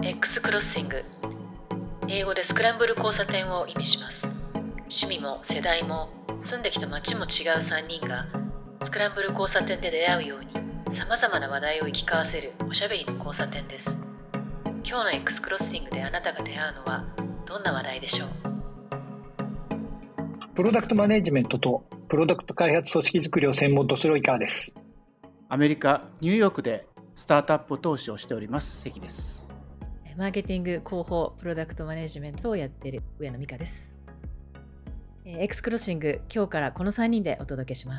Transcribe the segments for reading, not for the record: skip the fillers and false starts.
X クロッシング、英語でスクランブル交差点を意味します。趣味も世代も住んできた街も違う3人がスクランブル交差点で出会うようにさまざまな話題を行き交わせるおしゃべりの交差点です。今日の X クロッシングであなたが出会うのはどんな話題でしょう。 プロダクトマネジメントとプロダクト開発組織づくりを専門とする及川です。 アメリカ・ニューヨークでスタートアップ投資をしております関です。 マーケティング広報プロダクトマネジメントをやっている上野美香です。X クロッシング、今日からこの3人でお届けします。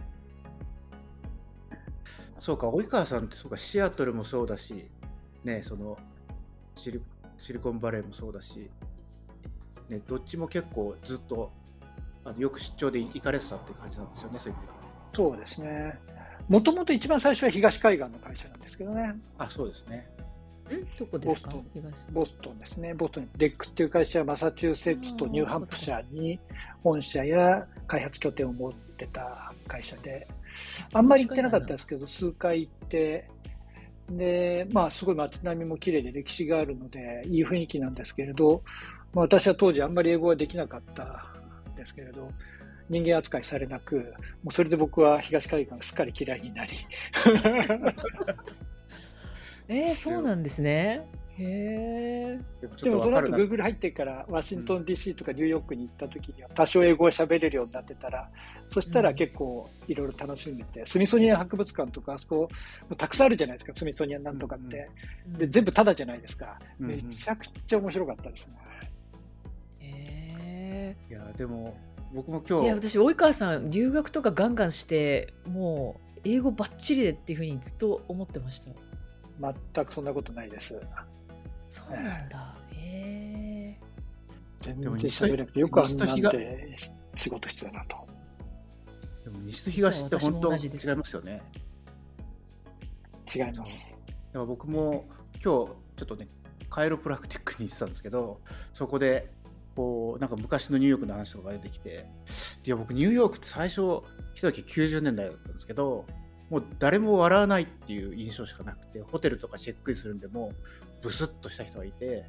そうか、及川さんってそうか、シアトルもそうだしね、そのシリコンバレーもそうだし、ね、どっちも結構ずっとよく出張で行かれてたって感じなんですよね。そういう意味では。 そうですね。もともと一番最初は東海岸の会社なんですけどね。 そうですね。 どこですか？ ボストンですね。ボストンにデックっていう会社はマサチューセッツとニューハンプシャーに本社や開発拠点を持ってた会社で、あんまり行ってなかったですけど数回行って、ですごい街並みも綺麗で歴史があるのでいい雰囲気なんですけれど、私は当時あんまり英語はできなかったんですけれど、人間扱いされなく、もうそれで僕は東海岸がすっかり嫌いになりそうなんですね。へでもその後 Google 入ってからワシントン DC とかニューヨークに行った時には多少英語を喋れるようになってたら、そしたら結構いろいろ楽しんでて、スミソニアン博物館とかあそこたくさんあるじゃないですか、スミソニアンなんとかって、で全部タダじゃないですか、めちゃくちゃ面白かったですね。いやでも僕も今日、 私及川さん留学とかガンガンしてもう英語バッチリでっていうふうにずっと思ってました。 全くそんなことないです。 そうなんだ。 全然喋れなくてよくあんなんで仕事してたなと。 でも西と東って本当違いますよね。 違います。 だから僕も今日ちょっとねカイロプラクティックに行ってたんですけど、そこでこうなんか昔のニューヨークの話とかが出てきて、いや僕ニューヨークって最初来た時90年代だったんですけど、もう誰も笑わないっていう印象しかなくて、ホテルとかチェックインするんでもブスッとした人がいて、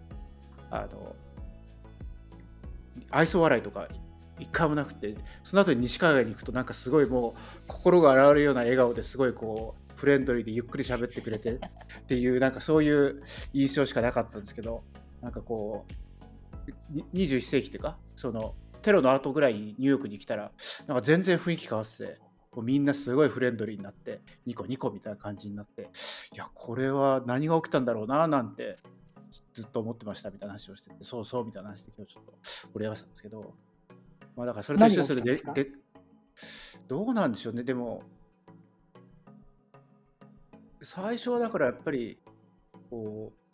愛想笑いとか一回もなくて、その後に西海岸に行くとなんかすごいもう心が洗われるような笑顔ですごいこうフレンドリーでゆっくり喋ってくれてっていうなんかそういう印象しかなかったんですけど、なんかこう21世紀っていうかそのテロの後ぐらいにニューヨークに来たらなんか全然雰囲気変わってて、もうみんなすごいフレンドリーになってニコニコみたいな感じになって、いやこれは何が起きたんだろうななんてずっと思ってましたみたいな話をしてて、そうそうみたいな話で今日ちょっと盛り上がったんですけど、だからそれと一緒でどうなんでしょうね。でも最初はだからやっぱりこう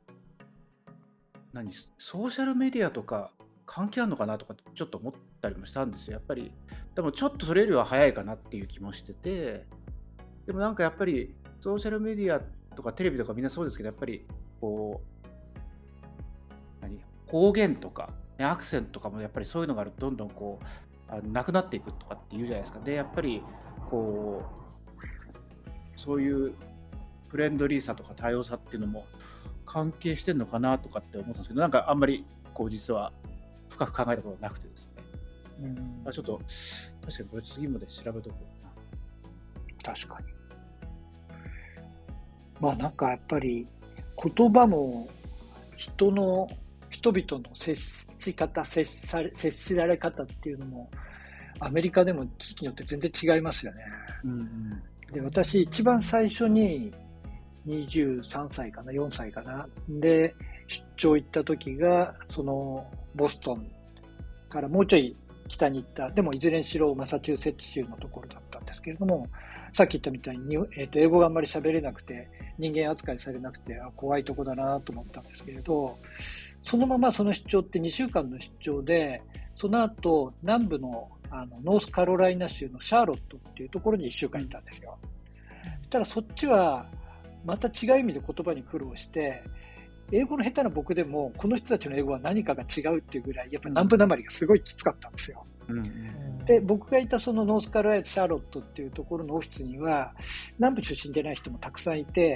ソーシャルメディアとか関係あるのかなとかちょっと思ったりもしたんですよ。やっぱりでもちょっとそれよりは早いかなっていう気もしてて、でもなんかやっぱりソーシャルメディアとかテレビとかみんなそうですけど、やっぱりこう方言とかアクセントとかもやっぱりそういうのがどんどんこうなくなっていくとかっていうじゃないですか。でやっぱりこうそういうフレンドリーさとか多様さっていうのも関係してんのかなとかって思ったんですけど、なんかあんまりこう実は深く考えたことなくてですね、ちょっと確かにこれ次まで調べとこうな。 確かに。なんかやっぱり言葉も人々の接し方、接しられ方っていうのもアメリカでも地域によって全然違いますよね。で、私一番最初に23歳かな、4歳かなで出張行った時がそのボストンからもうちょい北に行った、でもいずれにしろマサチューセッツ州のところだったんですけれども、さっき言ったみたいに、英語があんまり喋れなくて人間扱いされなくて怖いとこだなと思ったんですけれど、そのままその出張って2週間の出張で、その後南部のノースカロライナ州のシャーロットっていうところに1週間いたんですよ。そしたらそっちはまた違う意味で言葉に苦労して、英語の下手な僕でもこの人たちの英語は何かが違うっていうぐらいやっぱり南部なまりがすごいきつかったんですよ。で、僕がいたそのノースカロライナシャーロットっていうところのオフィスには南部出身でない人もたくさんいて、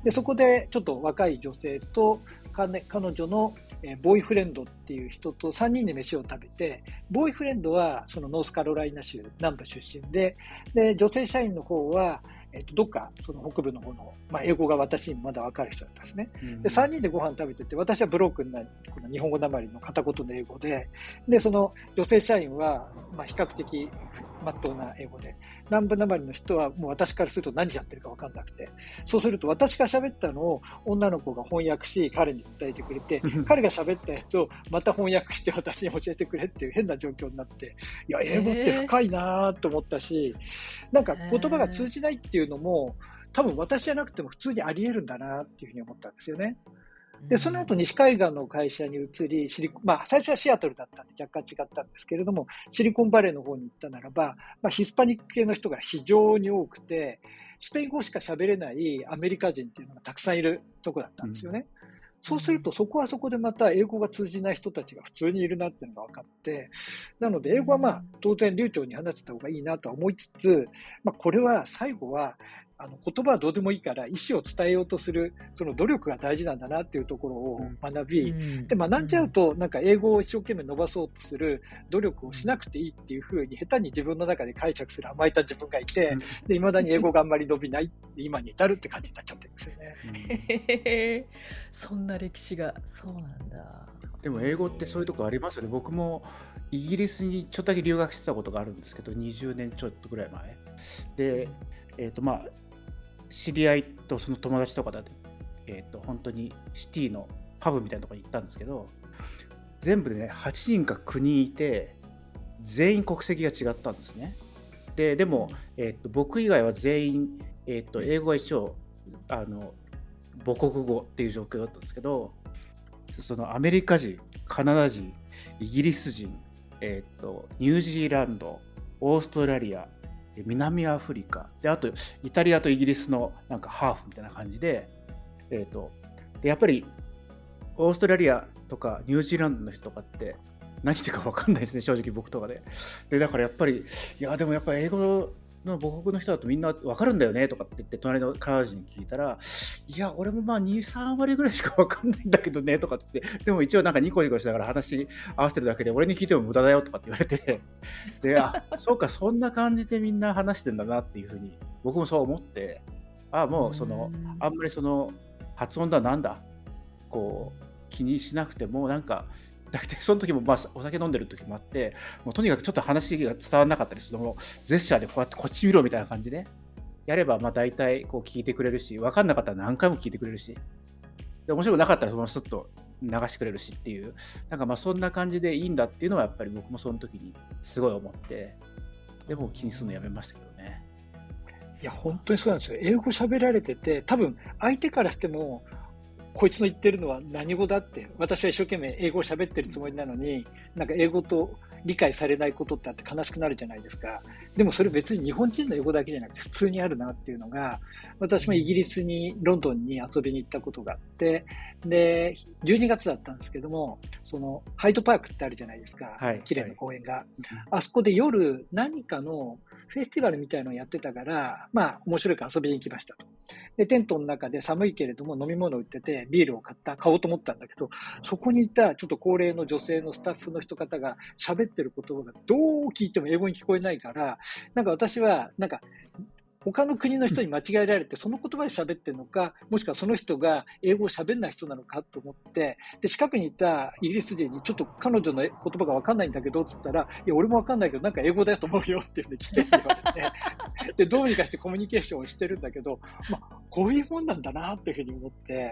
で、そこでちょっと若い女性と彼女のボーイフレンドっていう人と3人で飯を食べて、ボーイフレンドはそのノースカロライナ州南部出身で、女性社員の方はどっかその北部の方の、英語が私にまだ分かる人だったんですね。で、3人でご飯食べてて、私はブロークンなこの日本語なまりの片言の英語で、その女性社員は比較的まっとうな英語で、南部なまりの人はもう私からすると何やってるか分かんなくて、そうすると私が喋ったのを女の子が翻訳し彼に伝えてくれて、彼が喋ったやつをまた翻訳して私に教えてくれっていう変な状況になって、いや、英語って深いなと思ったし、なんか言葉が通じないっていうのも多分私じゃなくても普通にあり得るんだなっていうふうに思ったんですよね。で、その後西海岸の会社に移り、最初はシアトルだったんで若干違ったんですけれども、シリコンバレーの方に行ったならば、ヒスパニック系の人が非常に多くて、スペイン語しか喋れないアメリカ人っていうのがたくさんいるとこだったんですよね。そうするとそこはそこでまた英語が通じない人たちが普通にいるなっていうのが分かって、なので英語は当然流暢に話せた方がいいなとは思いつつ、これは最後は言葉はどうでもいいから意思を伝えようとするその努力が大事なんだなっていうところを学び、で学んじゃうとなんか英語を一生懸命伸ばそうとする努力をしなくていいっていうふうに下手に自分の中で解釈する甘えた自分がいて、で未だに英語があんまり伸びない今に至るって感じになっちゃってるんですよね。 そんな歴史が。そうなんだ。 でも英語ってそういうとこありますよね。僕もイギリスにちょっとだけ留学してたことがあるんですけど、20年ちょっとぐらい前で、知り合いとその友達とかだと、本当にシティのパブみたいなところに行ったんですけど、全部でね8人か9人いて全員国籍が違ったんですね。でも、僕以外は全員、英語が一応母国語っていう状況だったんですけど、そのアメリカ人、カナダ人、イギリス人、ニュージーランド、オーストラリア、南アフリカで、あとイタリアとイギリスのなんかハーフみたいな感じで、でやっぱりオーストラリアとかニュージーランドの人とかって何言ってるか分かんないですね、正直僕とかで。だからやっぱり、いやでもやっぱり英語の母国の人だとみんな分かるんだよねとかって言って隣のカナダ人に聞いたら、いや俺も2、3割ぐらいしか分かんないんだけどねとかって言って、でも一応なんかニコニコしながら話合わせてるだけで俺に聞いても無駄だよとかって言われて、でそうか、そんな感じでみんな話してんだなっていうふうに僕もそう思って、もうあんまりその発音だなんだこう気にしなくても、なんか大体その時もお酒飲んでる時もあって、もうとにかくちょっと話が伝わらなかったりするのもジェスチャーでこうやってこっち見ろみたいな感じでやれば大体こう聞いてくれるし、分かんなかったら何回も聞いてくれるし、で面白くなかったらそのスッと流してくれるしっていう、なんかそんな感じでいいんだっていうのはやっぱり僕もその時にすごい思って、でも気にするのやめましたけどね。 いや本当にそうなんですよ。英語喋られてて、多分相手からしてもこいつの言ってるのは何語だって、私は一生懸命英語を喋ってるつもりなのに、なんか英語と理解されないことってあって悲しくなるじゃないですか。でもそれ別に日本人の英語だけじゃなくて普通にあるなっていうのが、私もイギリスにロンドンに遊びに行ったことがあって、で12月だったんですけども、そのハイドパークってあるじゃないですか、綺麗な公園が、あそこで夜何かのフェスティバルみたいなのをやってたから、面白いから遊びに行きましたと。でテントの中で寒いけれども飲み物売っててビールを買おうと思ったんだけど、そこにいたちょっと高齢の女性のスタッフの人方が喋ってる言葉がどう聞いても英語に聞こえないから、なんか私はなんか他の国の人に間違えられてその言葉で喋ってるのか、もしくはその人が英語を喋んない人なのかと思って、で近くにいたイギリス人にちょっと彼女の言葉が分かんないんだけどっつったら、いや俺も分かんないけどなんか英語だと思うよっていうふうに来て言われてでどうにかしてコミュニケーションをしてるんだけど、こういうもんなんだなっていうふうに思って、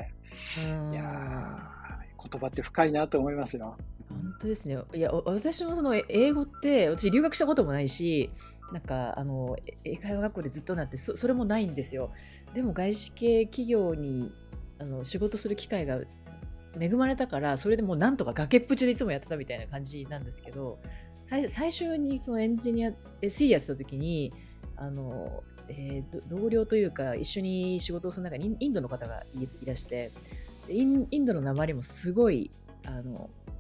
いや言葉って深いなと思いますよ。 本当ですね。いや私もその英語って私留学したこともないし、なんか英会話学校でずっとなんて それもないんですよ。でも外資系企業に仕事する機会が恵まれたから、それでもうなんとか崖っぷちでいつもやってたみたいな感じなんですけど、最初にそのエンジニア SE やってた時に同僚というか一緒に仕事をする中にインドの方がいらして、インドの訛りもすごい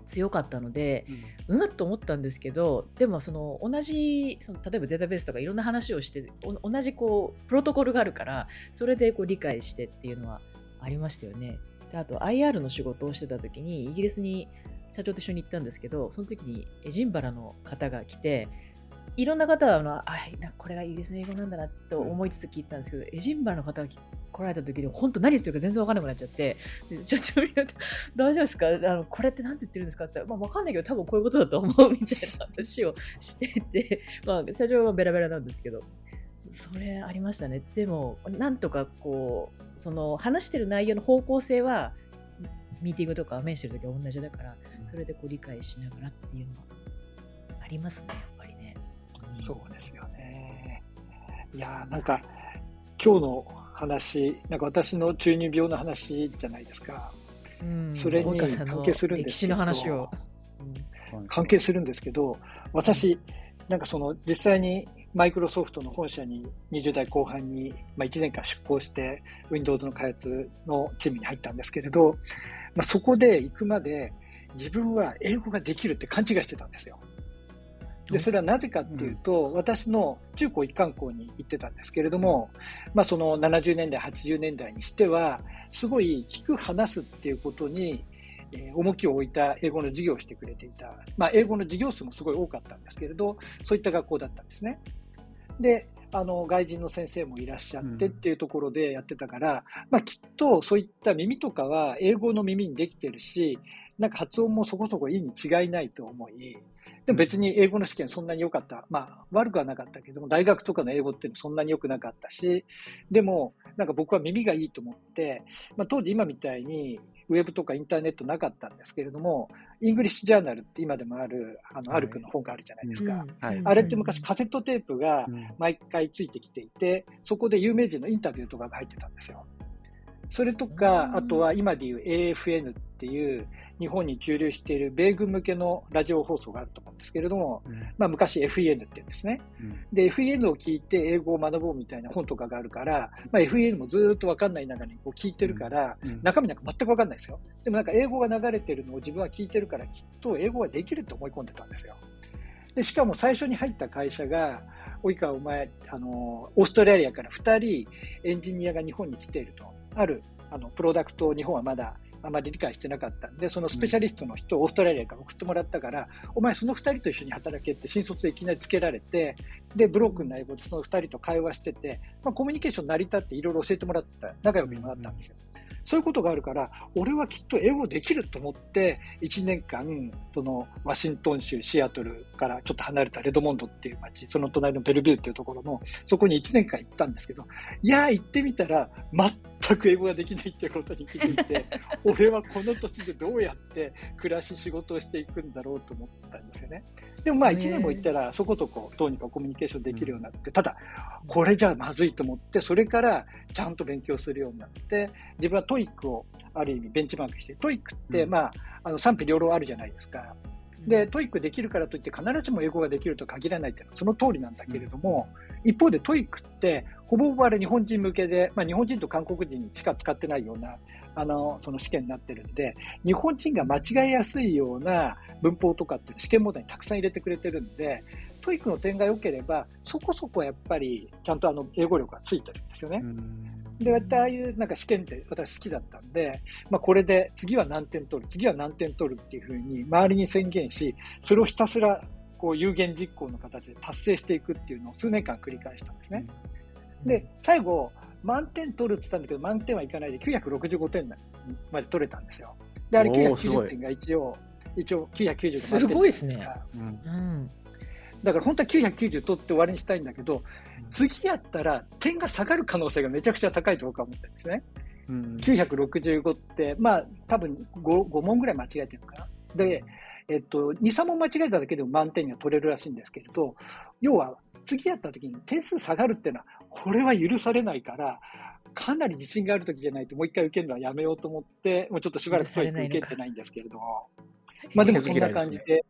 強かったので、 うんっと思ったんですけど、でも同じ例えばデータベースとかいろんな話をして同じプロトコルがあるから、それで理解してっていうのはありましたよね。であと IR の仕事をしてた時にイギリスに社長と一緒に行ったんですけど、その時にエジンバラの方が来て、いろんな方はこれがイギリスの英語なんだなと思いつつ聞いたんですけど、エジンバラの方が来られた時に本当何言ってるか全然分からなくなっちゃって、で社長になって大丈夫ですか、これって何て言ってるんですかって言ったら、分かんないけど多分こういうことだと思うみたいな話をしてて、社長はベラベラなんですけど、それありましたね。でもなんとか話してる内容の方向性はミーティングとか面してる時は同じだから、それで理解しながらっていうのはありますね、やっぱりね。 そうですよね。いやなんか今日の話、なんか私の中二病の話じゃないですか。それに関係するんですけど、 歴史の話を、 関係するんですけど、私、なんか実際にマイクロソフトの本社に20代後半に、1年間出向して Windows の開発のチームに入ったんですけれど、そこで行くまで自分は英語ができるって勘違いしてたんですよ。でそれはなぜかっていうと、私の中高一貫校に行ってたんですけれども、その70年代80年代にしてはすごい聞く話すっていうことに重きを置いた英語の授業をしてくれていた、英語の授業数もすごい多かったんですけれど、そういった学校だったんですね。で外人の先生もいらっしゃってっていうところでやってたから、きっとそういった耳とかは英語の耳にできてるし、なんか発音もそこそこいいに違いないと思い、でも別に英語の試験そんなに良かった、悪くはなかったけども、大学とかの英語っていうのそんなに良くなかったし、でもなんか僕は耳がいいと思って、当時今みたいにウェブとかインターネットなかったんですけれども、イングリッシュジャーナルって今でもあるアルクの本があるじゃないですか。あれって昔カセットテープが毎回ついてきていて、そこで有名人のインタビューとかが入ってたんですよ。それとか、あとは今でいう AFN っていう日本に駐留している米軍向けのラジオ放送があると思うんですけれども、昔 FEN って言うんですね。で FEN を聞いて英語を学ぼうみたいな本とかがあるから、FEN もずっと分かんない中に聞いてるから、中身なんか全く分かんないですよ。でもなんか英語が流れてるのを自分は聞いてるから、きっと英語ができると思い込んでたんですよ。でしかも最初に入った会社が、及川お前オーストラリアから2人エンジニアが日本に来ていると、あるプロダクトを日本はまだあまり理解してなかったんで、そのスペシャリストの人をオーストラリアから送ってもらったから、お前その2人と一緒に働けって新卒でいきなりつけられて、でブロークンな英語でその2人と会話してて、コミュニケーション成り立っていろいろ教えてもらった、仲良くもらったんですよ。そういうことがあるから、俺はきっと英語できると思って1年間そのワシントン州シアトルからちょっと離れたレドモンドっていう街、その隣のベルビューっていうところのそこに1年間行ったんですけど、いや行ってみたら全く英語ができないっていうことに気づいて俺はこの土地でどうやって暮らし仕事をしていくんだろうと思ったんですよね。でも1年も行ったらそことこうどうにかコミュニケーションできるようになって、ただこれじゃまずいと思って、それからちゃんと勉強するようになって、自分はトイックをある意味ベンチマークして、トイックって賛否両論あるじゃないですか。でトイックできるからといって必ずしも英語ができると限らないっていうのはその通りなんだけれども、一方でトイックってほぼほぼあれ日本人向けで、日本人と韓国人しか使ってないようなその試験になってるんで、日本人が間違いやすいような文法とかっていう試験問題にたくさん入れてくれてるんで、トイックの点が良ければそこそこやっぱりちゃんと英語力がついてるんですよね。でああいうなんか試験って私好きだったんで、これで次は何点取る、次は何点取るっていう風に周りに宣言し、それをひたすらこう有言実行の形で達成していくっていうのを数年間繰り返したんですね。で最後満点取るって言ったんだけど、満点はいかないで965点まで取れたんですよ。であれ990点が一応990が満点すごいですね。 だから本当は990取って終わりにしたいんだけど、次やったら点が下がる可能性がめちゃくちゃ高いと僕は思ったんですね。965って多分 5問ぐらい間違えてるのかな。で、2、3問間違えただけでも満点には取れるらしいんですけれど、要は次やった時に点数下がるっていうのはこれは許されないから、かなり自信がある時じゃないともう一回受けるのはやめようと思って、もうちょっとしばらく受けてないんですけれども、でもそんな感じで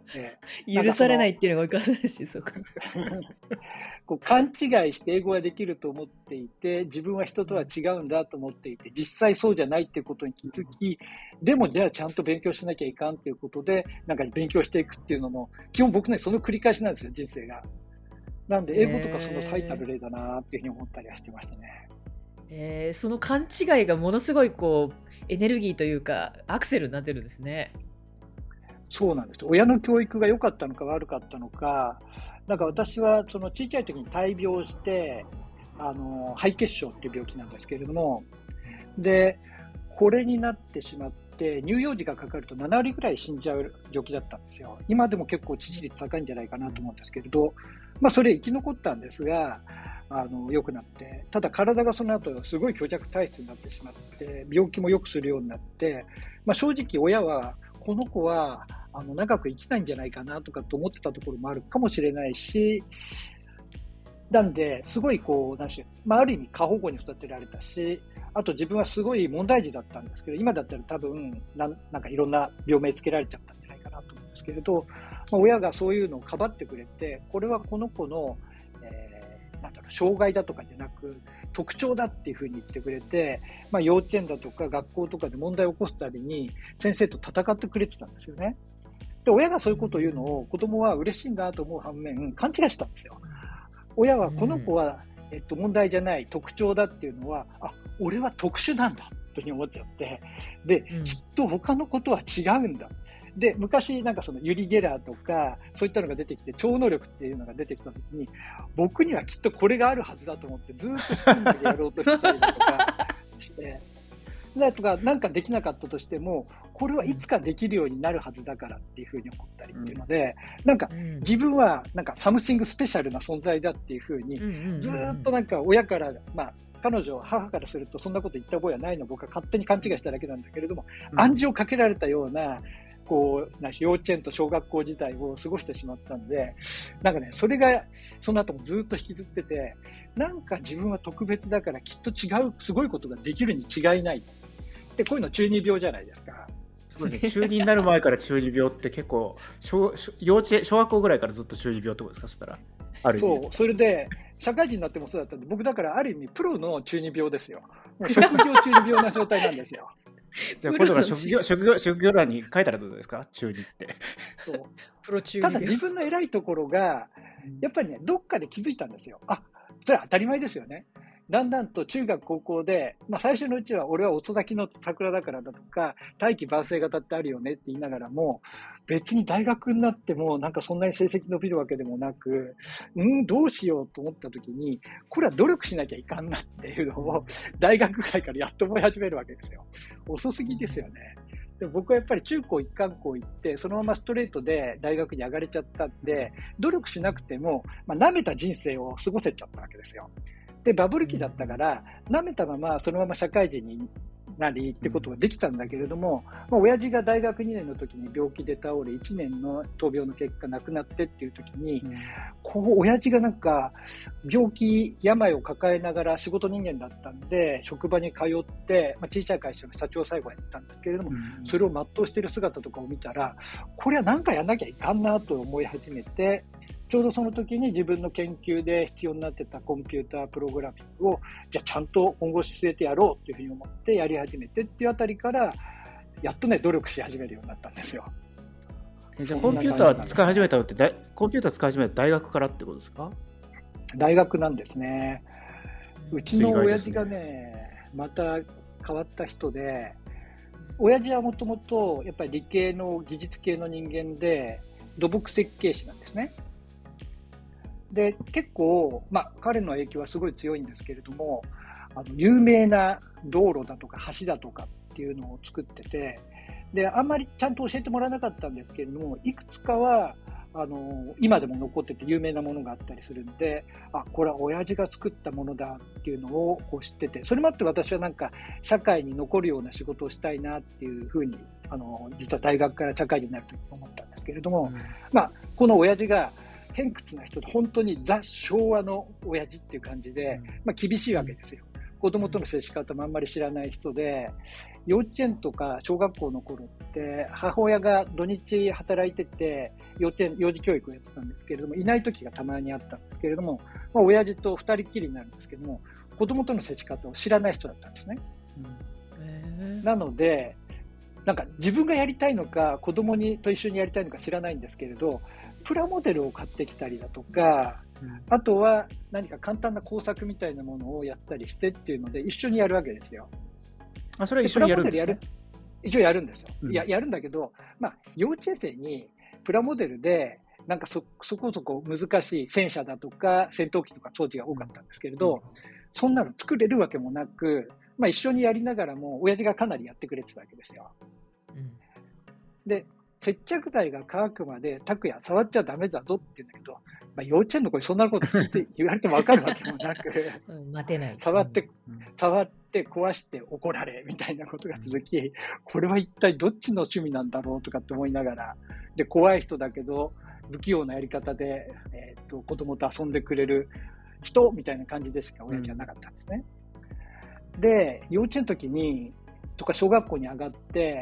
なんか許されないっていうのがおかしいし、そこ。 こう勘違いして英語ができると思っていて、自分は人とは違うんだと思っていて、実際そうじゃないっていうことに気づき、でもじゃあちゃんと勉強しなきゃいかんということで、なんか勉強していくっていうのも、基本僕ね、その繰り返しなんですよ、人生が。なんで、英語とかその最たる例だなっていうふうに思ったりはしてましたね。 その勘違いがものすごいこうエネルギーというかアクセルになってるんですね。 そうなんです。親の教育が良かったのか悪かったのか、なんか私はその小さい時に大病して、肺血症っていう病気なんですけれども、で、これになってしまって、乳幼児がかかると7割ぐらい死んじゃう病気だったんですよ。今でも結構致死率高いんじゃないかなと思うんですけれど、それ生き残ったんですが、良くなって、ただ体がその後すごい虚弱体質になってしまって、病気もよくするようになって、正直親は、この子は長く生きないんじゃないかなとかと思ってたところもあるかもしれないし、なんで、すごいこう、ある意味過保護に育てられたし、あと自分はすごい問題児だったんですけど、今だったら多分なんかいろんな病名つけられちゃったんじゃないかなと思うんですけれど、親がそういうのをかばってくれて、これはこの子の、障害だとかじゃなく特徴だっていうふうに言ってくれて、幼稚園だとか学校とかで問題を起こすたびに先生と戦ってくれてたんですよね。で、親がそういうことを言うのを子供は嬉しいんだと思う反面、勘違いしたんですよ。親はこの子は、問題じゃない特徴だっていうのは、俺は特殊なんだというふうに思っちゃって、で、きっと他のことは違うんだ。で、昔なんかそのユリ・ゲラーとかそういったのが出てきて、超能力っていうのが出てきたときに、僕にはきっとこれがあるはずだと思ってずっとスピンでやろうとしたりだとかしてだとか、なんかできなかったとしても、これはいつかできるようになるはずだからっていうふうに思ったりっていうので、なんか自分はなんかサムシングスペシャルな存在だっていうふうに、ずっとなんか親から、彼女、母からするとそんなこと言った覚えはないの、僕は勝手に勘違いしただけなんだけれども、暗示をかけられたような、こう幼稚園と小学校時代を過ごしてしまったんで、なんかね、それがその後もずっと引きずってて、なんか自分は特別だからきっと違うすごいことができるに違いないで、こういうの中二病じゃないですか。 そうですね、中二になる前から中二病って結構小学校ぐらいからずっと中二病ってことですか？そしたらある意味。 そう、それで社会人になってもそうだったんで、僕だからある意味プロの中二病ですよ。もう職業中二病な状態なんですよ。 じゃあ今度は職業欄に書いたらどうですか？中二って。 そう。 プロ中二た病。 だ自分の偉いところがやっぱりね、どっかで気づいたんですよ。それは当たり前ですよね。だんだんと中学高校で、最初のうちは俺は遅咲きの桜だからだとか、大器晩成型ってあるよねって言いながらも、別に大学になってもなんかそんなに成績伸びるわけでもなく、どうしようと思った時に、これは努力しなきゃいかんなっていうのを大学ぐらいからやっと思い始めるわけですよ。遅すぎですよね。で、僕はやっぱり中高一貫校行って、そのままストレートで大学に上がれちゃったんで、努力しなくても、舐めた人生を過ごせちゃったわけですよ。で、バブル期だったから、舐めたままそのまま社会人になりってことができたんだけれども、親父が大学2年の時に病気で倒れ、1年の闘病の結果亡くなってっていう時に、親父がなんか病気、病を抱えながら仕事人間だったんで、職場に通って、小さい会社の社長を最後やったんですけれども、それを全うしている姿とかを見たら、これは何かやんなきゃいかんなと思い始めて、ちょうどその時に自分の研究で必要になってたコンピュータープログラミングをじゃあちゃんと今後据えてやろうっていうふうに思ってやり始めてっていうあたりからやっとね努力し始めるようになったんですよ。 じゃあコンピューター使い始めたのってコンピューター使い始めた大学からってことですか？ 大学なんですね。うちの親父がねまた変わった人で、親父はもともとやっぱり理系の技術系の人間で土木設計士なんですね。で、結構、彼の影響はすごい強いんですけれども、有名な道路だとか橋だとかっていうのを作ってて、で、あんまりちゃんと教えてもらわなかったんですけれども、いくつかは、今でも残ってて有名なものがあったりするんで、これは親父が作ったものだっていうのをこう知ってて、それもあって私はなんか社会に残るような仕事をしたいなっていうふうに、実は大学から社会人になるときに思ったんですけれども、この親父が偏屈な人で本当にザ・昭和の親父っていう感じで、厳しいわけですよ。 子供との接し方もあんまり知らない人で、幼稚園とか小学校の頃って母親が土日働いてて幼児教育をやってたんですけれども、いない時がたまにあったんですけれども、親父と二人っきりになるんですけども、子供との接し方を知らない人だったんですね。なのでなんか自分がやりたいのか子供と一緒にやりたいのか知らないんですけれど、プラモデルを買ってきたりだとか、あとは何か簡単な工作みたいなものをやったりしてっていうので一緒にやるわけですよ。 それは一緒にやるんですね。 一応やるんですよ。やるんだけど、幼稚園生にプラモデルでなんかそこそこ難しい戦車だとか戦闘機とか当時が多かったんですけれど、そんなの作れるわけもなく、一緒にやりながらも親父がかなりやってくれてたわけですよ。で、接着剤が乾くまで拓也触っちゃダメだぞって言うんだけど、幼稚園の子にそんなこと聞いて言われても分かるわけもなく待てない。 触って壊して怒られみたいなことが続き、これは一体どっちの趣味なんだろうとかって思いながら、で怖い人だけど不器用なやり方で、子供と遊んでくれる人みたいな感じでしか親父はなかったんですね。で、幼稚園の時にとか小学校に上がって、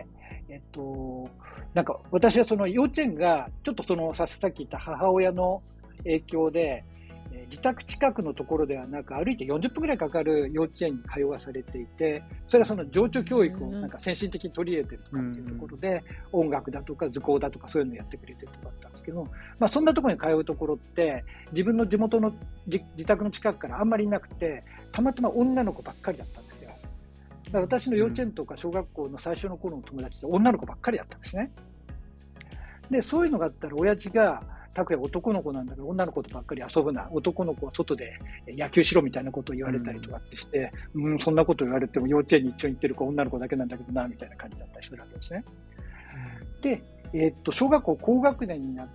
なんか私はその幼稚園がちょっとさっき言った母親の影響で、自宅近くのところではなく歩いて40分ぐらいかかる幼稚園に通わされていて、それはその情緒教育をなんか先進的に取り入れてるとかっていうところで、音楽だとか図工だとかそういうのをやってくれてるところだったんですけど、そんなところに通うところって自分の地元の自宅の近くからあんまりいなくて、たまたま女の子ばっかりだったんですよ。だから私の幼稚園とか小学校の最初の頃の友達って女の子ばっかりだったんですね。で、そういうのがあったら親父が拓也男の子なんだから女の子とばっかり遊ぶな、男の子は外で野球しろみたいなことを言われたりとかってして、そんなこと言われても幼稚園に一緒に行ってる子女の子だけなんだけどなみたいな感じだったりするわけですね。で、小学校高学年になって、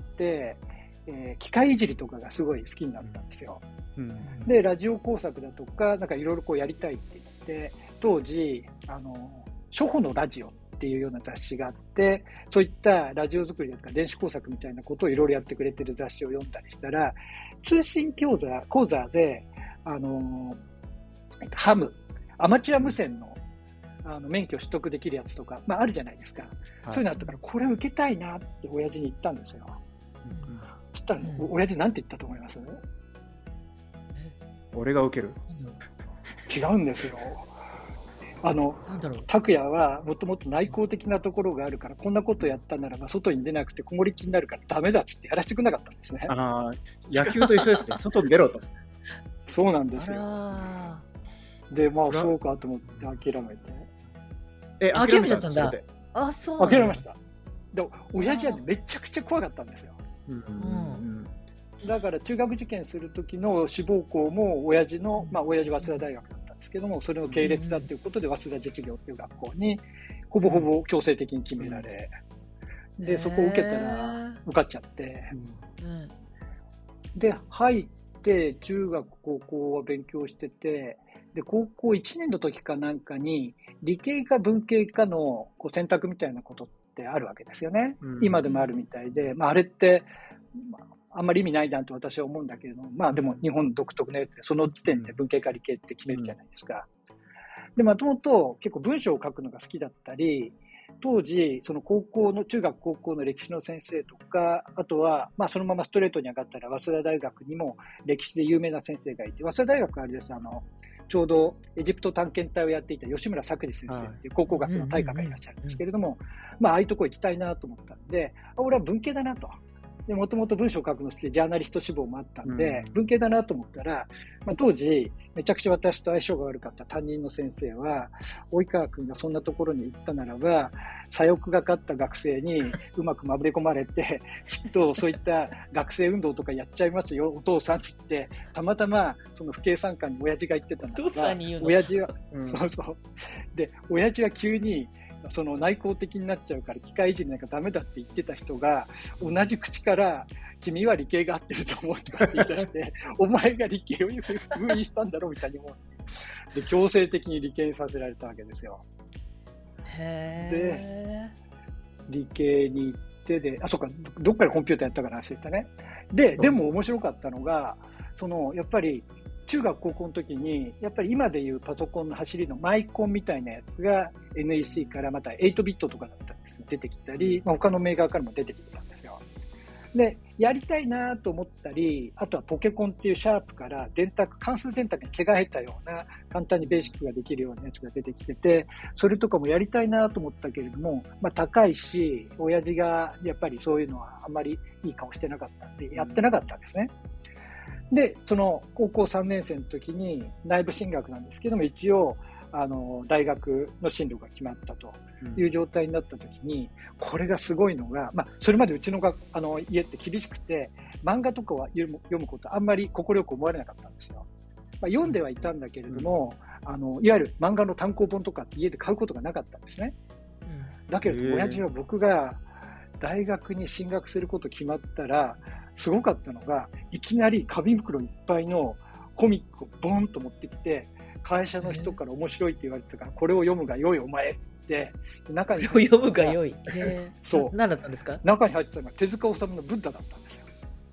機械いじりとかがすごい好きになったんですよ。で、ラジオ工作だとかなんかいろいろこうやりたいって言って、当時初歩のラジオっていうような雑誌があって、そういったラジオ作りだとか電子工作みたいなことをいろいろやってくれてる雑誌を読んだりしたら、通信講座でハムアマチュア無線の免許取得できるやつとか、あるじゃないですか。そういうのあったから、これ受けたいなって親父に言ったんですよ。そしたら、親父なんて言ったと思います？ 俺が受ける？ 違うんですよ。拓也はもともと内向的なところがあるから、こんなことやったならば外に出なくてこもり気になるからダメだっつってやらせてくれなかったんですね。 野球と一緒ですね。外に出ろと。 そうなんですよ。で、そうかと思って諦めて。 諦めちゃったんだ。そう。 諦めました。で、親父はめちゃくちゃ怖かったんですよ。だから中学受験する時の志望校も親父早稲田大学だったんですけども、それの系列だということで早稲田実業っていう学校にほぼほぼ強制的に決められ、でそこを受けたら受かっちゃって、で入って中学高校は勉強してて、で高校1年の時かなんかに理系か文系かの選択みたいなことってあるわけですよね。今でもあるみたいで、あれってあんまり意味ないなと私は思うんだけれども、でも日本独特のやつでその時点で文系か理系って決めるじゃないですか。で、もともと結構文章を書くのが好きだったり、当時その中学高校の歴史の先生とか、あとはそのままストレートに上がったら早稲田大学にも歴史で有名な先生がいて、早稲田大学はあれです、ちょうどエジプト探検隊をやっていた吉村作治先生っていう考古学の大家がいらっしゃるんですけれども、ああいうとこ行きたいなと思ったんで、俺は文系だなと。もともと文章を書くの好きでジャーナリスト志望もあったんで、文系だなと思ったら、当時めちゃくちゃ私と相性が悪かった担任の先生は、及川君がそんなところに行ったならば左翼がかった学生にうまくまぶれ込まれてきっとそういった学生運動とかやっちゃいますよお父さんっつって、たまたまその父兄参観に親父が言ってたんだが、親父は、で親父は急にその内向的になっちゃうから機械いじりなんかダメだって言ってた人が同じ口から君は理系が合ってると思うとかって言い出してお前が理系を封印したんだろうみたいに思うで強制的に理系にさせられたわけですよ。で理系に行ってそうか、どっかでコンピューターやったから忘れたね。でも面白かったのがやっぱり中学高校の時にやっぱり今でいうパソコンの走りのマイコンみたいなやつが NEC からまた8ビットとかだったんです出てきたり、他のメーカーからも出てきてたんですよ。でやりたいなと思ったり、あとはポケコンっていうシャープから関数電卓に毛が生えたような簡単にベーシックができるようなやつが出てきてて、それとかもやりたいなと思ったけれども、高いし親父がやっぱりそういうのはあんまりいい顔してなかったんでやってなかったんですね。でその高校3年生の時に内部進学なんですけども、一応大学の進路が決まったという状態になったときに、これがすごいのが、それまでうちの家って厳しくて、漫画とかは読むことあんまり快く思われなかったんですよ。読んではいたんだけれども、いわゆる漫画の単行本とかって家で買うことがなかったんですね。だけれど親父は僕が大学に進学すること決まったら、すごかったのが、いきなり紙袋いっぱいのコミックをボンと持ってきて、会社の人から面白いって言われてたから、これを読むが良いお前って言って、中に読むが良い。 そう。 何だったんですか？ 中に入ってたのが手塚治虫のブッダだったんですよ。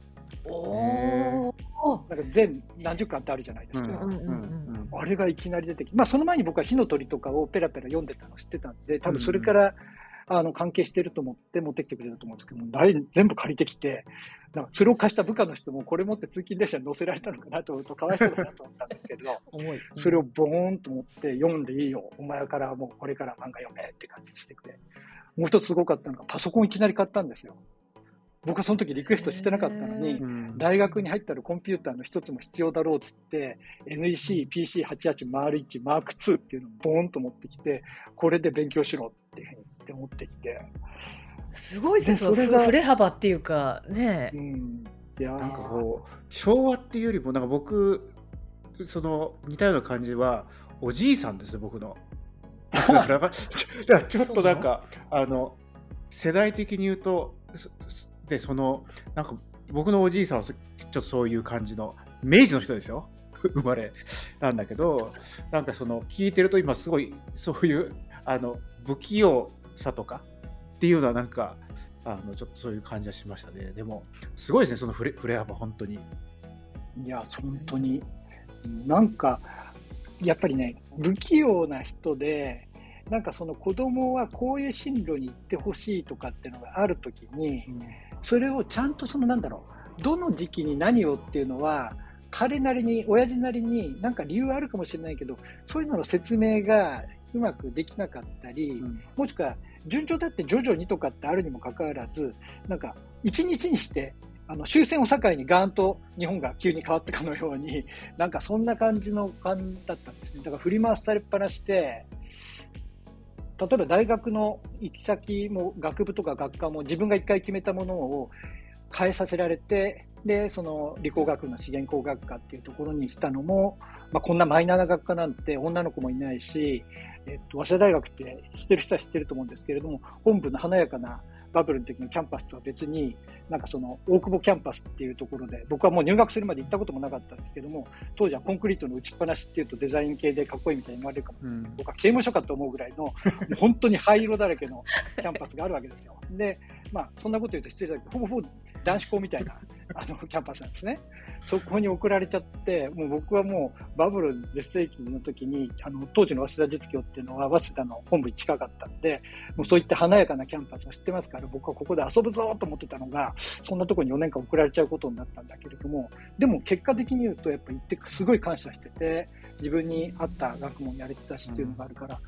なんか全何十巻ってあるじゃないですか。あれがいきなり出てきて、その前に僕は火の鳥とかをペラペラ読んでたの知ってたんで、多分それから関係してると思って持ってきてくれたと思うんですけども、全部借りてきて、それを貸した部下の人もこれ持って通勤列車に乗せられたのかなと思うとかわいそうだなと思ったんですけどそれをボーンと持って読んでいいよ、お前からもうこれから漫画読めって感じにしてくれ。もう一つすごかったのがパソコンいきなり買ったんですよ。僕はその時リクエストしてなかったのに、大学に入ったらコンピューターの一つも必要だろうっつって NEC PC88-1 マーク2っていうのをボーンと持ってきて、これで勉強しろっていうふうに言って持ってきて、 すごいですね。それが振れ幅っていうかね。 いやなんかこう昭和っていうよりも、なんか僕その似たような感じはおじいさんですね、僕の。だからちょっとなんか世代的に言うとで、なんか僕のおじいさんはちょっとそういう感じの明治の人ですよ生まれなんだけど、なんか聞いてると今すごいそういう不器用さとかっていうのはなんかちょっとそういう感じはしましたね。でもすごいですね、その振れ幅本当に。 いや本当になんかやっぱりね、不器用な人で、なんか子供はこういう進路に行ってほしいとかっていうのがあるときに、それをちゃんとどの時期に何をっていうのは彼なりに親父なりになんか理由あるかもしれないけど、そういうのの説明がうまくできなかったり、もしくは順調だって徐々にとかってあるにもかかわらず、なんか一日にして終戦を境にガーンと日本が急に変わったかのように、なんかそんな感じの感じだったんですね。だから振り回されっぱなして、例えば大学の行き先も学部とか学科も自分が一回決めたものを変えさせられて、でその理工学の資源工学科っていうところにしたのも、こんなマイナーな学科なんて女の子もいないし、早稲田大学って知ってる人は知ってると思うんですけれども、本部の華やかなバブルの時のキャンパスとは別に、なんか大久保キャンパスっていうところで、僕はもう入学するまで行ったこともなかったんですけども、当時はコンクリートの打ちっぱなしっていうとデザイン系でかっこいいみたいに言われるかも、僕は刑務所かと思うぐらいのもう本当に灰色だらけのキャンパスがあるわけですよ。で、そんなこと言うと失礼だけど、ほぼ男子校みたいなキャンパスなんですね。そこに送られちゃって、もう僕はもうバブル絶盛期の時に当時の早稲田実業っていうのは早稲田の本部に近かったんで、もうそういった華やかなキャンパスを知ってますから、僕はここで遊ぶぞと思ってたのが、そんなところに4年間送られちゃうことになったんだけれども、でも結果的に言うとやっぱ行ってすごい感謝してて、自分に合った学問やれてたしっていうのがあるから、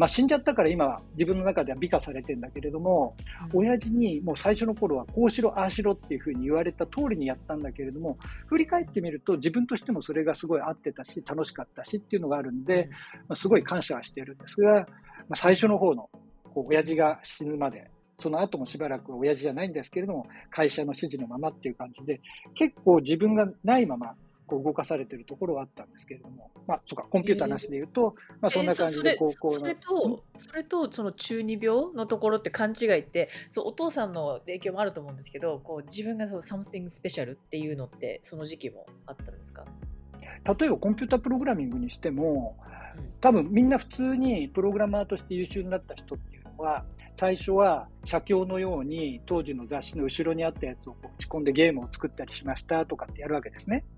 死んじゃったから今は自分の中では美化されてるんだけれども、親父にもう最初の頃はこうしろああしろっていうふうに言われた通りにやったんだけれども、振り返ってみると自分としてもそれがすごい合ってたし楽しかったしっていうのがあるんで、すごい感謝はしてるんですが、最初の方の親父が死ぬまで、その後もしばらくは親父じゃないんですけれども会社の指示のままっていう感じで、結構自分がないまま動かされているところはあったんですけれども、そうか、コンピューターなしで言うと、そんな感じで高校の、 それとその中二病のところって勘違いって、お父さんの影響もあると思うんですけど、自分がsomething special っていうのってその時期もあったんですか？ 例えばコンピュータープログラミングにしても、多分みんな普通にプログラマーとして優秀になった人っていうのは、最初は写経のように当時の雑誌の後ろにあったやつを打ち込んでゲームを作ったりしましたとかってやるわけですね。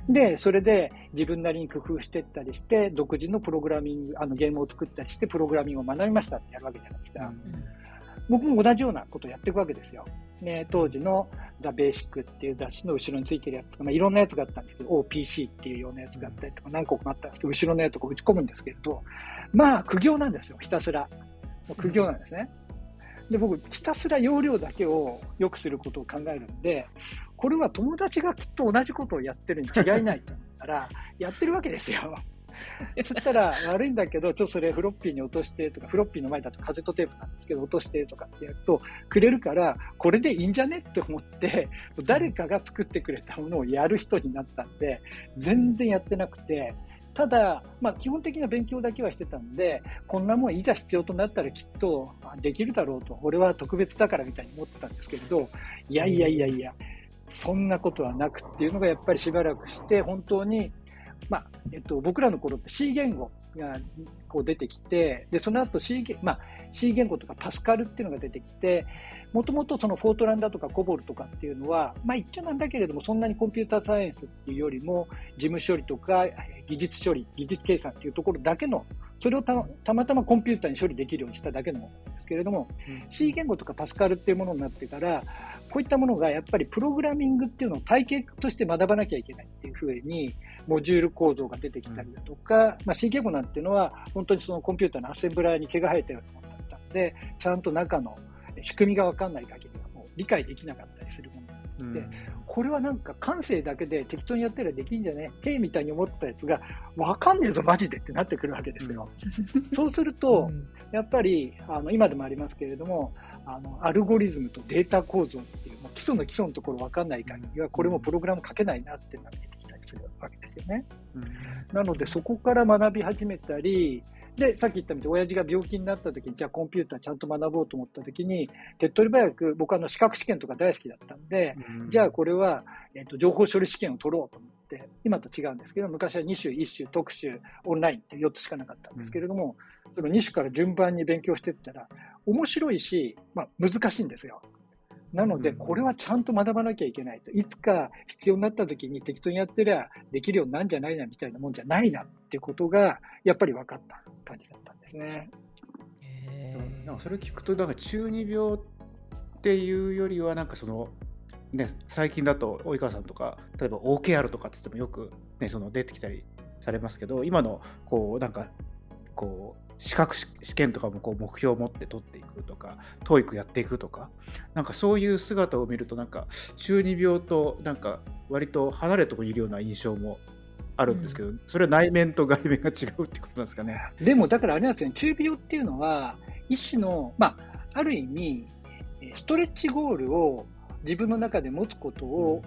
で、それで自分なりに工夫していったりして、独自のプログラミング、ゲームを作ったりして、プログラミングを学びましたってやるわけじゃないですか。僕も同じようなことをやっていくわけですよ。ね、当時のザ・ベーシックっていう雑誌の後ろについてるやつとか、いろんなやつがあったんですけど、OPC っていうようなやつがあったりとか、何個もあったんですけど、後ろのやつを打ち込むんですけれど、苦行なんですよ、ひたすら。もう苦行なんですね。で、僕、ひたすら容量だけを良くすることを考えるんで、これは友達がきっと同じことをやってるに違いないと思ったら、やってるわけですよ。そしたら、悪いんだけど、ちょっとそれフロッピーに落としてとか、フロッピーの前だとカセットテープなんですけど、落としてとかってやると、くれるから、これでいいんじゃねって思って、誰かが作ってくれたものをやる人になったんで、全然やってなくて、ただ、基本的な勉強だけはしてたんで、こんなもんいざ必要となったらきっとできるだろうと、俺は特別だからみたいに思ってたんですけれど、いや、そんなことはなくっていうのがやっぱりしばらくして、本当に、僕らの頃って C 言語がこう出てきて、でその後 C 言語とかパスカルっていうのが出てきて、もともとそのフォートランだとかコボルとかっていうのは、一応なんだけれども、そんなにコンピューターサイエンスっていうよりも、事務処理とか技術処理、技術計算っていうところだけの、それをたまたまコンピューターに処理できるようにしただけのものなんですけれども、C 言語とかパスカルっていうものになってから、こういったものがやっぱりプログラミングっていうのを体系として学ばなきゃいけないっていうふうに、モジュール構造が出てきたりだとか、C 言語なんていうのは本当にそのコンピューターのアセンブラーに毛が生えたようなものだったので、ちゃんと中の仕組みが分かんない限りはもう理解できなかったりするもので、これはなんか感性だけで適当にやったらできんじゃねえみたいに思ってたやつが、分かんねえぞマジでってなってくるわけですよ。そうすると、やっぱり今でもありますけれども、アルゴリズムとデータ構造っていう、基礎のところ分かんない限りは、これもプログラム書けないなってなってきたりするわけですよね。なのでそこから学び始めたりで、さっき言ったみたいに親父が病気になった時に、じゃあコンピューターちゃんと学ぼうと思った時に、手っ取り早く、僕は資格試験とか大好きだったんで、じゃあこれは、情報処理試験を取ろうと思って、今と違うんですけど、昔は2種、1種、特種、オンラインって4つしかなかったんですけれども、その2種から順番に勉強していったら、面白いし、難しいんですよ。なので、これはちゃんと学ばなきゃいけないと。いつか必要になった時に適当にやってりゃできるようになるんじゃないなみたいなもんじゃないなっていうことが、やっぱり分かった感じだったんですね。 なんかそれ聞くと、なんか中二病っていうよりは、なんかその、ね、最近だと及川さんとか、例えば OKR とかって言ってもよく、ね、その出てきたりされますけど、今のこうなんかこう資格試験とかもこう目標を持って取っていくとか、TOEIC やっていくとか、なんかそういう姿を見ると、なんか中二病となんか割と離れているような印象もあるんですけど、それは内面と外面が違うってことなんですかね。 でもだからあれなんですよね、中病っていうのは一種の、ある意味ストレッチゴールを自分の中で持つことを、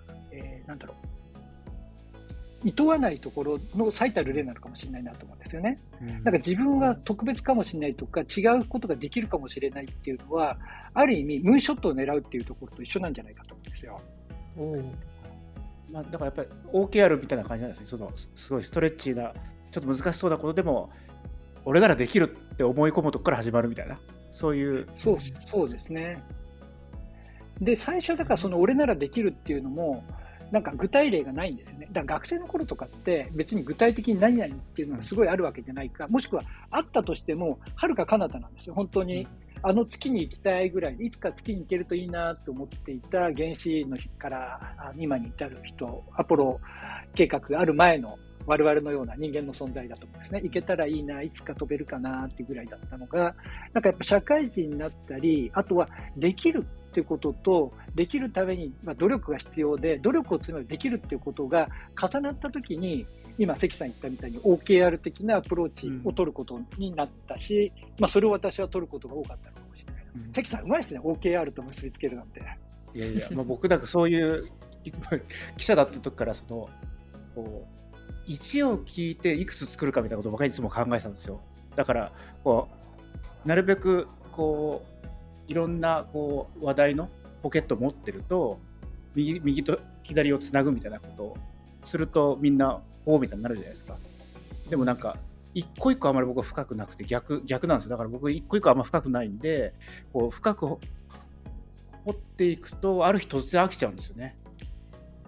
厭わないところの最たる例なのかもしれないなと思うんですよね。なんか自分は特別かもしれないとか、違うことができるかもしれないっていうのは、ある意味ムーンショットを狙うっていうところと一緒なんじゃないかと思うんですよ。 だからやっぱり OKR みたいな感じなんですね。そのすごいストレッチーな、ちょっと難しそうなことでも、俺ならできるって思い込むとこから始まるみたいな、そういう。 そうですね。で、最初だからその俺ならできるっていうのも、なんか具体例がないんですよね。だから学生の頃とかって別に具体的に何々っていうのがすごいあるわけじゃないか、もしくはあったとしても遥か彼方なんですよ。本当に月に行きたいぐらい、いつか月に行けるといいなと思っていた原子の日から今に至る人、アポロ計画がある前の我々のような人間の存在だと思うんですね。行けたらいいな、いつか飛べるかなっていうぐらいだったのが、なんかやっぱ社会人になったり、あとはできるっていうことと、できるために努力が必要で、努力を積めばできるっていうことが重なったときに、今関さん言ったみたいに OKR 的なアプローチを取ることになったし、それを私は取ることが多かったのかもしれない。関さんうまいですね、 OKR と結びつけるなんて。 いやいや、僕なんかそういう記者だった時から、そのこう1を聞いていくつ作るかみたいなことを僕はいつも考えてたんですよ。だからこうなるべくこういろんなこう話題のポケットを持ってると、右と左をつなぐみたいなことをすると、みんなおーみたいになるじゃないですか。でもなんか一個一個あまり僕は深くなくて、逆なんですよ。だから僕一個一個あんま深くないんで、こう深く掘っていくと、ある日突然飽きちゃうんですよね。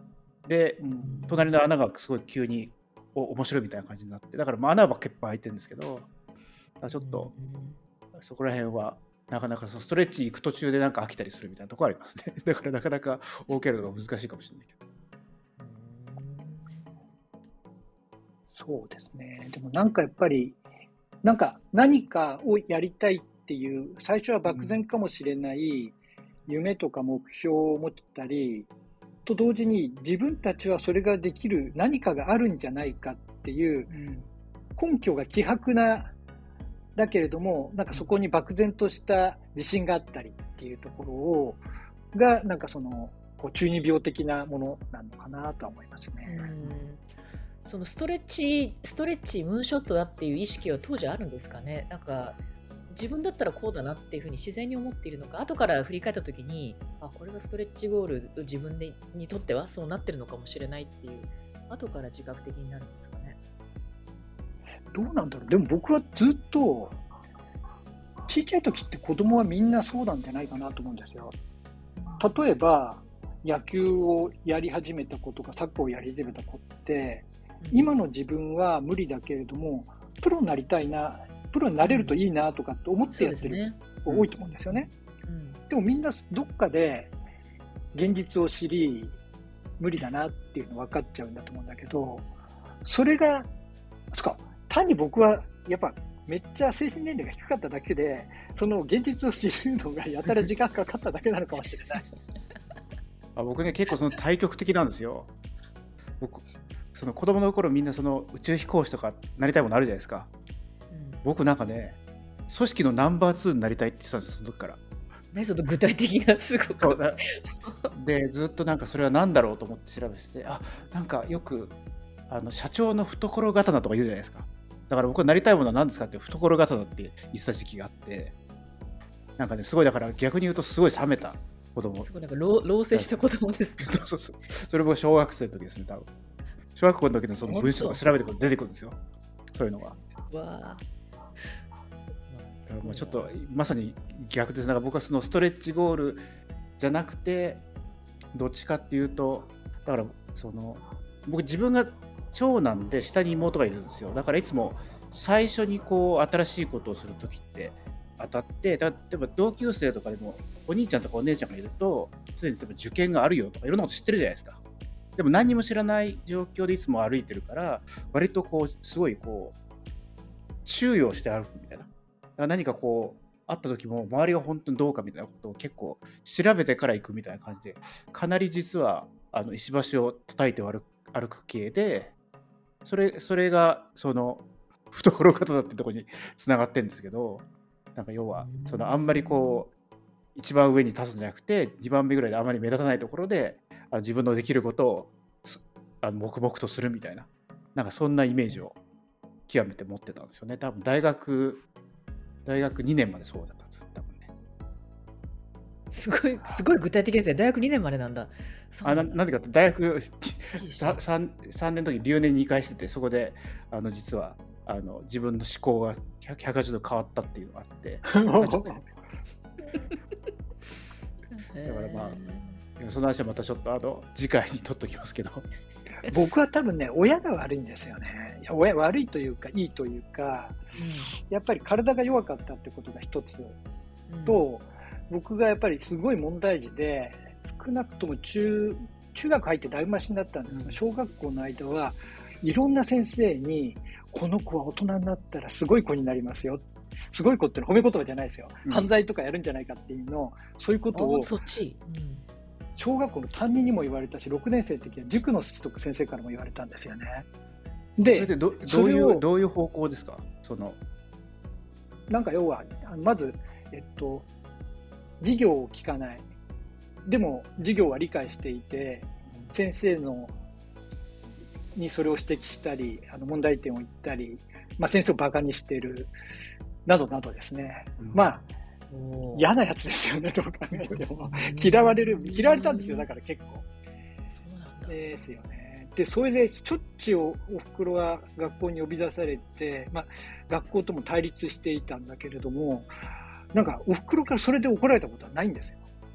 でうん、 隣の穴がすごい急に面白いみたいな感じになって、だからまあ穴は結構開いてるんですけど、だからちょっとそこら辺はなかなかストレッチ行く途中でなんか飽きたりするみたいなところありますね。だからなかなか設けるのが難しいかもしれないけど。 そうですね。でもなんかやっぱり、なんか何かをやりたいっていう、最初は漠然かもしれない夢とか目標を持ったり、と同時に自分たちはそれができる何かがあるんじゃないかっていう根拠が希薄な、だけれども、なんかそこに漠然とした自信があったりっていうところを、が、なんかこう中二病的なものなのかなとは思いますね。 そのストレッチムーンショットだっていう意識は当時あるんですかね。なんか自分だったらこうだなっていうふうに自然に思っているのか、後から振り返った時に、あ、これはストレッチゴール、自分にとってはそうなってるのかもしれないっていう、後から自覚的になるんですかね。 どうなんだろう。でも僕はずっと、ちっちゃい時って子供はみんなそうなんじゃないかなと思うんですよ。例えば、野球をやり始めた子とか、サッカーをやり始めた子って、今の自分は無理だけれども、プロになりたいな、プロになれるといいなとかって思ってやってる子多いと思うんですよね。でもみんなどっかで現実を知り、無理だなっていうの分かっちゃうんだと思うんだけど、それが、単に僕はやっぱめっちゃ精神年齢が低かっただけで、その現実を知るのがやたら時間かかっただけなのかもしれない。 僕ね、結構その対極的なんですよ。僕その子供の頃みんなその宇宙飛行士とかなりたいものあるじゃないですか。僕なんかね、組織のナンバー2になりたいって言ってたんですよ、その時から。 ね、その具体的なすごくでずっとなんかそれは何だろうと思って調べてて、なんかよく社長の懐刀とか言うじゃないですか。だから僕はなりたいものは何ですかって懐刀って言ってた時期があって、なんかね、すごいだから逆に言うとすごい冷めた子供。 すごいなんか老成した子供ですね。 そう。それも小学生の時ですね、多分。小学校の時のその文章とか調べて出てくるんですよ。そういうのが。 わちょっとまさに逆です。なんか僕はそのストレッチゴールじゃなくて、どっちかっていうと、だから僕自分が長男で下に妹がいるんですよ。だからいつも最初にこう新しいことをするときって当たって、例えば同級生とかでもお兄ちゃんとかお姉ちゃんがいると、すでに例えば受験があるよとかいろんなこと知ってるじゃないですか。でも何にも知らない状況でいつも歩いてるから、割とこうすごいこう注意をして歩くみたいな。だから何かこう会った時も周りが本当にどうかみたいなことを結構調べてから行くみたいな感じで、かなり実は石橋を叩いて歩く系で、それがその懐刀ってところにつながってるんですけど、なんか要はあんまりこう一番上に立つんじゃなくて、2番目ぐらいであまり目立たないところで自分のできることを黙々とするみたいな、なんかそんなイメージを極めて持ってたんですよね。多分大学2年までそうだったんです、多分ね。 すごい具体的ですね。大学2年までなんだ。 なんでかって大学3年の時留年2回してて、そこで実は自分の思考が180度変わったっていうのがあってだからまあその話はまたちょっと次回に取っときますけど僕は多分ね、親が悪いんですよね。いや、親悪いというかいいというか、やっぱり体が弱かったってことが一つと、僕がやっぱりすごい問題児で、少なくとも中学入ってだいぶマシになったんですが、小学校の間はいろんな先生に、この子は大人になったらすごい子になりますよ。すごい子ってのは褒め言葉じゃないですよ。犯罪とかやるんじゃないかっていうの、そういうことを小学校の担任にも言われたし、6年生の時は塾の先生からも言われたんですよね。で、 それでどういう方向ですか？ なんか要はまず、授業を聞かない。でも授業は理解していて、先生にそれを指摘したり、問題点を言ったり、先生をバカにしているなどなどですね。嫌なやつですよね、どう考えても。嫌われたんですよ、だから結構。 そうなんだ。 ですよね。で、それでしょっちゅうおふくろは学校に呼び出されて、学校とも対立していたんだけれども、なんかおふくろからそれで怒られたことはないんですよ。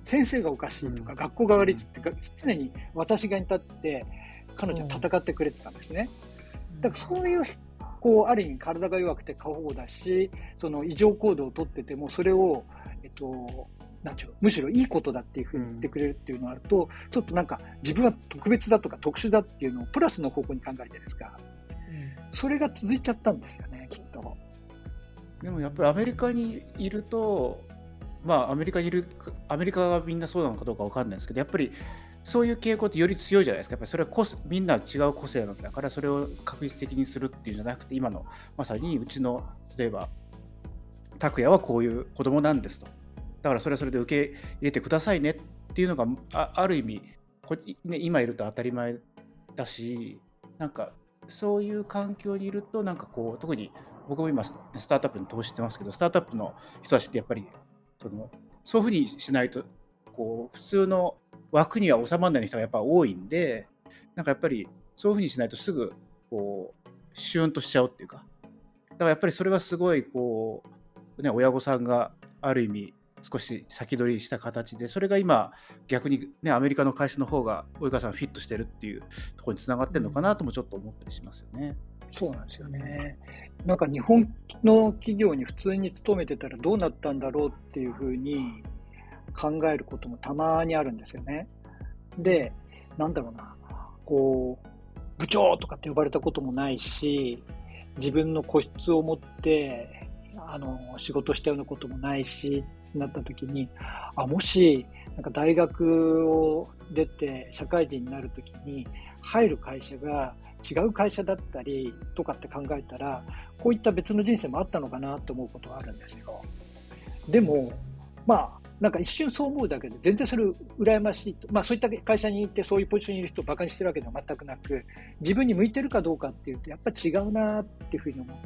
先生がおかしいとか、学校が悪いって常に私側に立って彼女は戦ってくれてたんですね。だからそういうある意味体が弱くて過保護だし、その異常行動をとっててもそれを、なんちゅう、むしろいいことだっていうふうに言ってくれるっていうのがあると、ちょっとなんか自分は特別だとか特殊だっていうのをプラスの方向に考えてるんですが、それが続いちゃったんですよね、きっと。 でもやっぱりアメリカにいると、アメリカがみんなそうなのかどうかわかんないですけど、やっぱりそういう傾向ってより強いじゃないですか。やっぱりそれはみんな違う個性なんだから、それを確実的にするっていうんじゃなくて、今のまさにうちの例えば拓也はこういう子供なんですと。だからそれはそれで受け入れてくださいねっていうのが ある意味今いると当たり前だし、なんかそういう環境にいると、なんか特に僕も今スタートアップに投資してますけど、スタートアップの人たちってやっぱりそういうふうにしないと普通の枠には収まらない人がやっぱ多いんで、なんかやっぱりそういうふうにしないとすぐシュンとしちゃうっていうか、だからやっぱりそれはすごい親御さんがある意味少し先取りした形で、それが今逆にね、アメリカの会社の方が及川さんフィットしてるっていうところにつながってるのかなともちょっと思ったりしますよね。 そうなんですよね。なんか日本の企業に普通に勤めてたらどうなったんだろうっていうふうに考えることもたまにあるんですよね。で、なんだろうな、部長とかって呼ばれたこともないし、自分の個室を持って仕事したようなこともないしってなった時に、もしなんか大学を出て社会人になる時に入る会社が違う会社だったりとかって考えたら、こういった別の人生もあったのかなと思うことがあるんですよ。でもなんか一瞬そう思うだけで全然それ羨ましいと、そういった会社に行ってそういうポジションにいる人をバカにしてるわけでは全くなく、自分に向いてるかどうかっていうとやっぱり違うなっていうふうに思って、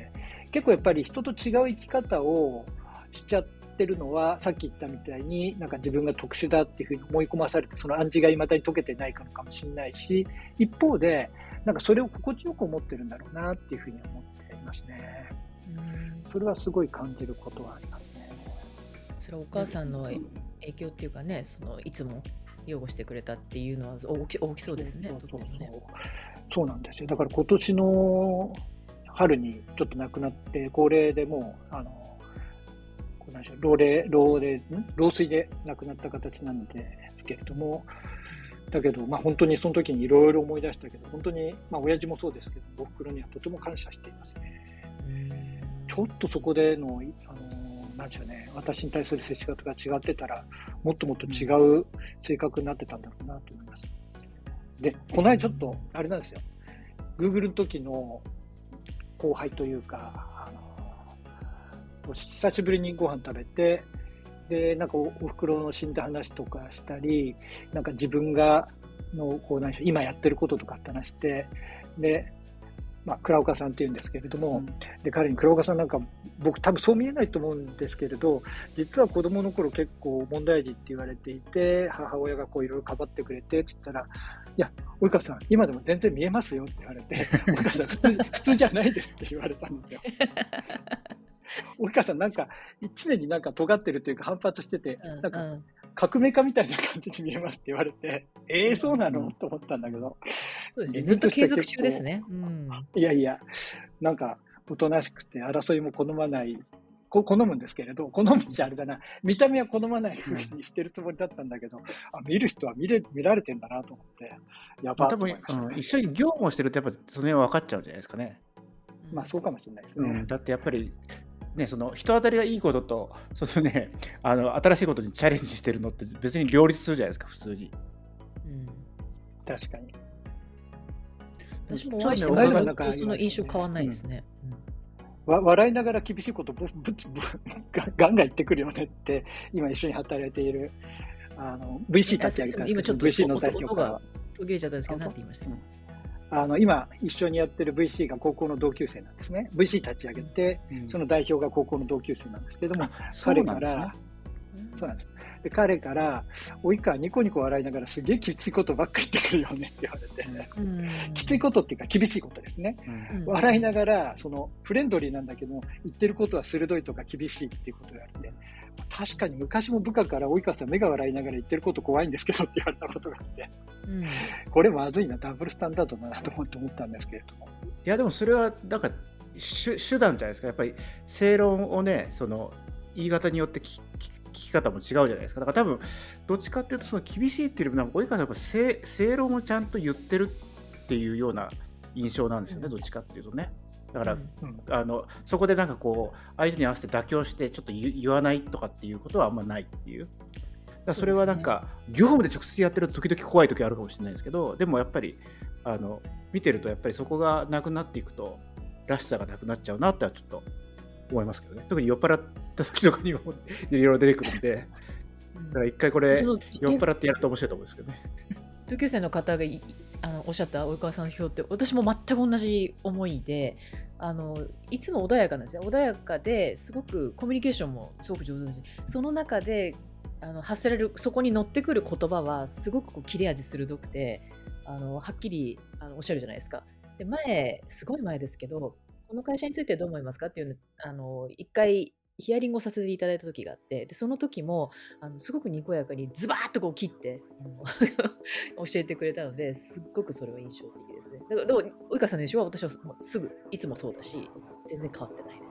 結構やっぱり人と違う生き方をしちゃってるのは、さっき言ったみたいになんか自分が特殊だっていうふうに思い込まされて、その暗示が未だに解けてないかもしれないし、一方でなんかそれを心地よく思ってるんだろうなっていうふうに思っていますね。それはすごい感じることはありますね。 それはお母さんの影響っていうかね、いつも擁護してくれたっていうのは大きそうですね。 そうなんですよ。だから今年の春にちょっと亡くなって、高齢でも老衰で亡くなった形なんですけれども、だけど本当にその時にいろいろ思い出したけど、本当に親父もそうですけど、お袋にはとても感謝していますね。ちょっとそこでのなんでしょうね、私に対する接し方が違ってたら、もっともっと違う性格になってたんだろうなと思います。で、この間ちょっとあれなんですよ、Google の時の後輩というか、久しぶりにご飯食べて、でなんかお袋の死んだ話とかしたり、なんか自分が今やってることとかって話して、で倉岡さんっていうんですけれども、で彼に倉岡さんなんか僕多分そう見えないと思うんですけれど、実は子供の頃結構問題児って言われていて、母親がいろいろかばってくれてって言ったら、いや及川さん今でも全然見えますよって言われて、及川さん普通じゃないですって言われたんですよ。及川さんなんか常になんか尖ってるというか反発してて、なんか革命家みたいな感じに見えますって言われて、そうなのと思ったんだけど、 そうですね、ずっと継続中ですね。 いやいや、なんかおとなしくて争いも好まない、好むんですけれど、好むってあれだな、見た目は好まない風にしてるつもりだったんだけど、見る人は見られてんだなと思って、やばいと思いましたね。 一緒に業務をしてるとやっぱその辺は分かっちゃうんじゃないですかね。 そうかもしれないですね。 だってやっぱりね、その人当たりがいいことと新しいことにチャレンジしてるのって別に両立するじゃないですか、普通に。 確かに。 私もお会いしてもずっとその印象変わんないですね。 笑いながら厳しいことガンガン言ってくるよねって、今一緒に働いているVC 立ち上げたんですけど、 今ちょっと VC の代表が途切れちゃったんですけど、何て言いましたか？ 今一緒にやってる VC が高校の同級生なんですね。VC 立ち上げて、その代表が高校の同級生なんですけども、彼からそうなんです。で、彼から、及川ニコニコ笑いながらすげえきついことばっかり言ってくるよねって言われて、きついことっていうか厳しいことですね。笑いながら、フレンドリーなんだけど、言ってることは鋭いとか厳しいっていうことを言われて、確かに昔も部下から及川さん目が笑いながら言ってること怖いんですけどって言われたことがあって、これまずいな、ダブルスタンダードだなと思ったんですけれども。 いやでもそれはなんか手段じゃないですか。やっぱり正論をね、言い方によって聞き方も違うじゃないですか。だから多分どっちかっていうと厳しいっていうよりも及川さんやっぱ正論をちゃんと言ってるっていうような印象なんですよね、どっちかっていうとね。だから、そこでなんか相手に合わせて妥協してちょっと言わないとかっていうことはあんまないっていう。だからそれはなんか業務で直接やってると時々怖い時あるかもしれないですけど、でもやっぱり見てるとやっぱりそこがなくなっていくとらしさがなくなっちゃうなってはちょっと思いますけどね。特に酔っ払った時とかにもいろいろ出てくるんで、だから一回これ酔っ払ってやると面白いと思うんですけどね。 同級生の方がおっしゃった及川さんの表って私も全く同じ思いで、いつも穏やかなんですよ。穏やかですごくコミュニケーションもすごく上手だし、その中で発せられるそこに乗ってくる言葉はすごく切れ味鋭くて、はっきりおっしゃるじゃないですか。ですごい前ですけど、この会社についてどう思いますかっていうの一回ヒアリングをさせていただいた時があって、でその時もすごくにこやかにズバーッと切って教えてくれたので、すっごくそれは印象的ですね。だから及川さんの印象は私はすぐいつもそうだし、全然変わってないです。